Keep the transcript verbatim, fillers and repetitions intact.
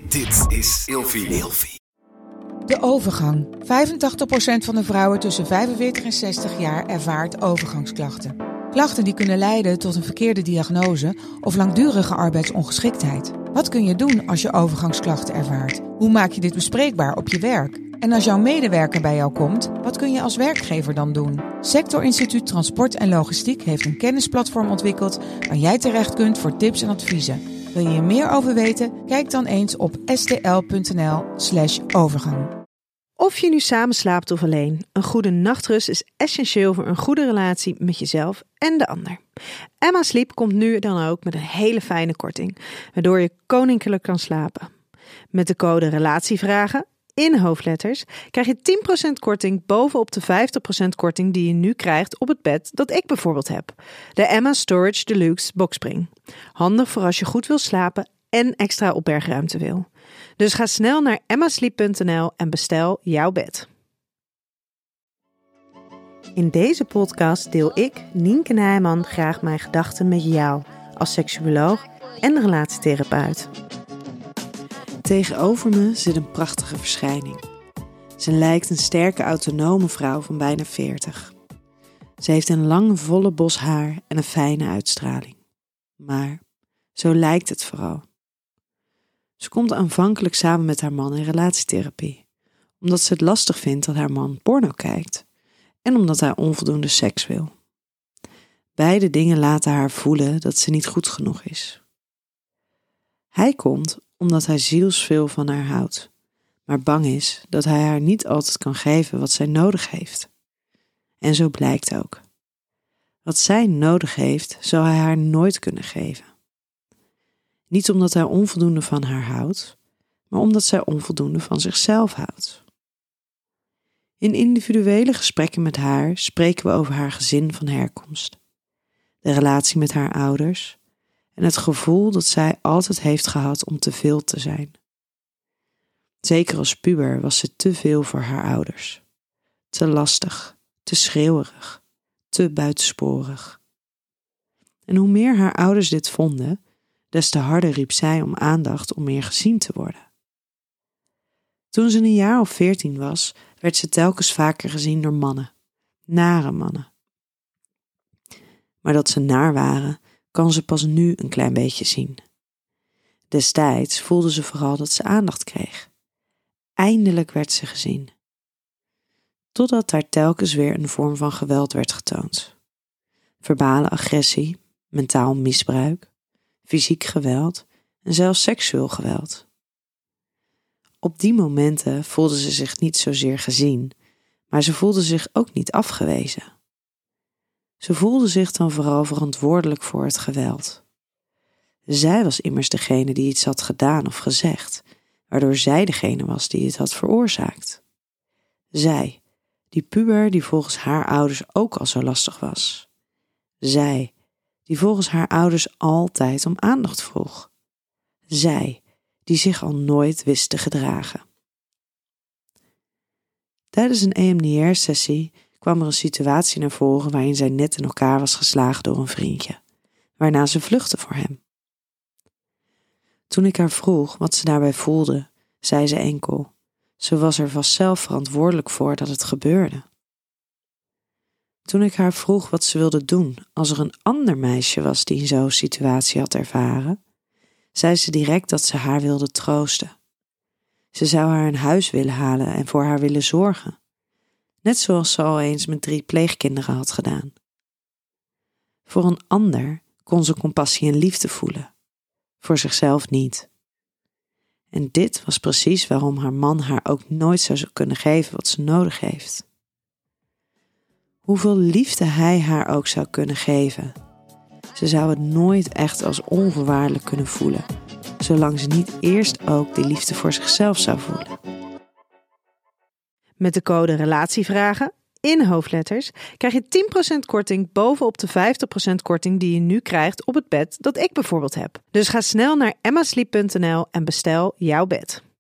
Dit is Ilfie. De overgang. vijfentachtig procent van de vrouwen tussen vijfenveertig en zestig jaar ervaart overgangsklachten. Klachten die kunnen leiden tot een verkeerde diagnose of langdurige arbeidsongeschiktheid. Wat kun je doen als je overgangsklachten ervaart? Hoe maak je dit bespreekbaar op je werk? En als jouw medewerker bij jou komt, wat kun je als werkgever dan doen? Sector Instituut Transport en Logistiek heeft een kennisplatform ontwikkeld waar jij terecht kunt voor tips en adviezen. Wil je hier meer over weten? Kijk dan eens op stl.nl slash overgang. Of je nu samen slaapt of alleen, een goede nachtrust is essentieel voor een goede relatie met jezelf en de ander. Emma Sleep komt nu dan ook met een hele fijne korting, waardoor je koninklijk kan slapen. Met de code RELATIEVRAGEN in hoofdletters krijg je tien procent korting bovenop de vijftig procent korting die je nu krijgt op het bed dat ik bijvoorbeeld heb. De Emma Storage Deluxe Boxspring. Handig voor als je goed wil slapen en extra opbergruimte wil. Dus ga snel naar emma sleep punt n l en bestel jouw bed. In deze podcast deel ik, Nienke Nijman, graag mijn gedachten met jou als seksuoloog en relatietherapeut. Tegenover me zit een prachtige verschijning. Ze lijkt een sterke autonome vrouw van bijna veertig. Ze heeft een lang volle bos haar en een fijne uitstraling. Maar zo lijkt het vooral. Ze komt aanvankelijk samen met haar man in relatietherapie, omdat ze het lastig vindt dat haar man porno kijkt en omdat hij onvoldoende seks wil. Beide dingen laten haar voelen dat ze niet goed genoeg is. Hij komt omdat hij zielsveel van haar houdt, maar bang is dat hij haar niet altijd kan geven wat zij nodig heeft. En zo blijkt ook. Wat zij nodig heeft, zou hij haar nooit kunnen geven. Niet omdat hij onvoldoende van haar houdt, maar omdat zij onvoldoende van zichzelf houdt. In individuele gesprekken met haar spreken we over haar gezin van herkomst, de relatie met haar ouders en het gevoel dat zij altijd heeft gehad om te veel te zijn. Zeker als puber was ze te veel voor haar ouders. Te lastig, te schreeuwerig, te buitensporig. En hoe meer haar ouders dit vonden, des te harder riep zij om aandacht om meer gezien te worden. Toen ze een jaar of veertien was, werd ze telkens vaker gezien door mannen, nare mannen. Maar dat ze naar waren, kan ze pas nu een klein beetje zien. Destijds voelde ze vooral dat ze aandacht kreeg. Eindelijk werd ze gezien. Totdat daar telkens weer een vorm van geweld werd getoond. Verbale agressie, mentaal misbruik, fysiek geweld en zelfs seksueel geweld. Op die momenten voelde ze zich niet zozeer gezien, maar ze voelde zich ook niet afgewezen. Ze voelde zich dan vooral verantwoordelijk voor het geweld. Zij was immers degene die iets had gedaan of gezegd, waardoor zij degene was die het had veroorzaakt. Zij, die puber die volgens haar ouders ook al zo lastig was. Zij, die volgens haar ouders altijd om aandacht vroeg. Zij, die zich al nooit wist te gedragen. Tijdens een E M D R-sessie kwam er een situatie naar voren waarin zij net in elkaar was geslagen door een vriendje, waarna ze vluchtte voor hem. Toen ik haar vroeg wat ze daarbij voelde, zei ze enkel, ze was er vast zelf verantwoordelijk voor dat het gebeurde. Toen ik haar vroeg wat ze wilde doen als er een ander meisje was die in zo'n situatie had ervaren, zei ze direct dat ze haar wilde troosten. Ze zou haar een huis willen halen en voor haar willen zorgen, net zoals ze al eens met drie pleegkinderen had gedaan. Voor een ander kon ze compassie en liefde voelen, voor zichzelf niet. En dit was precies waarom haar man haar ook nooit zou kunnen geven wat ze nodig heeft. Hoeveel liefde hij haar ook zou kunnen geven, ze zou het nooit echt als onvoorwaardelijk kunnen voelen, zolang ze niet eerst ook die liefde voor zichzelf zou voelen. Met de code RELATIEVRAGEN in hoofdletters krijg je tien procent korting bovenop de vijftig procent korting die je nu krijgt op het bed dat ik bijvoorbeeld heb. Dus ga snel naar emma sleep punt n l en bestel jouw bed.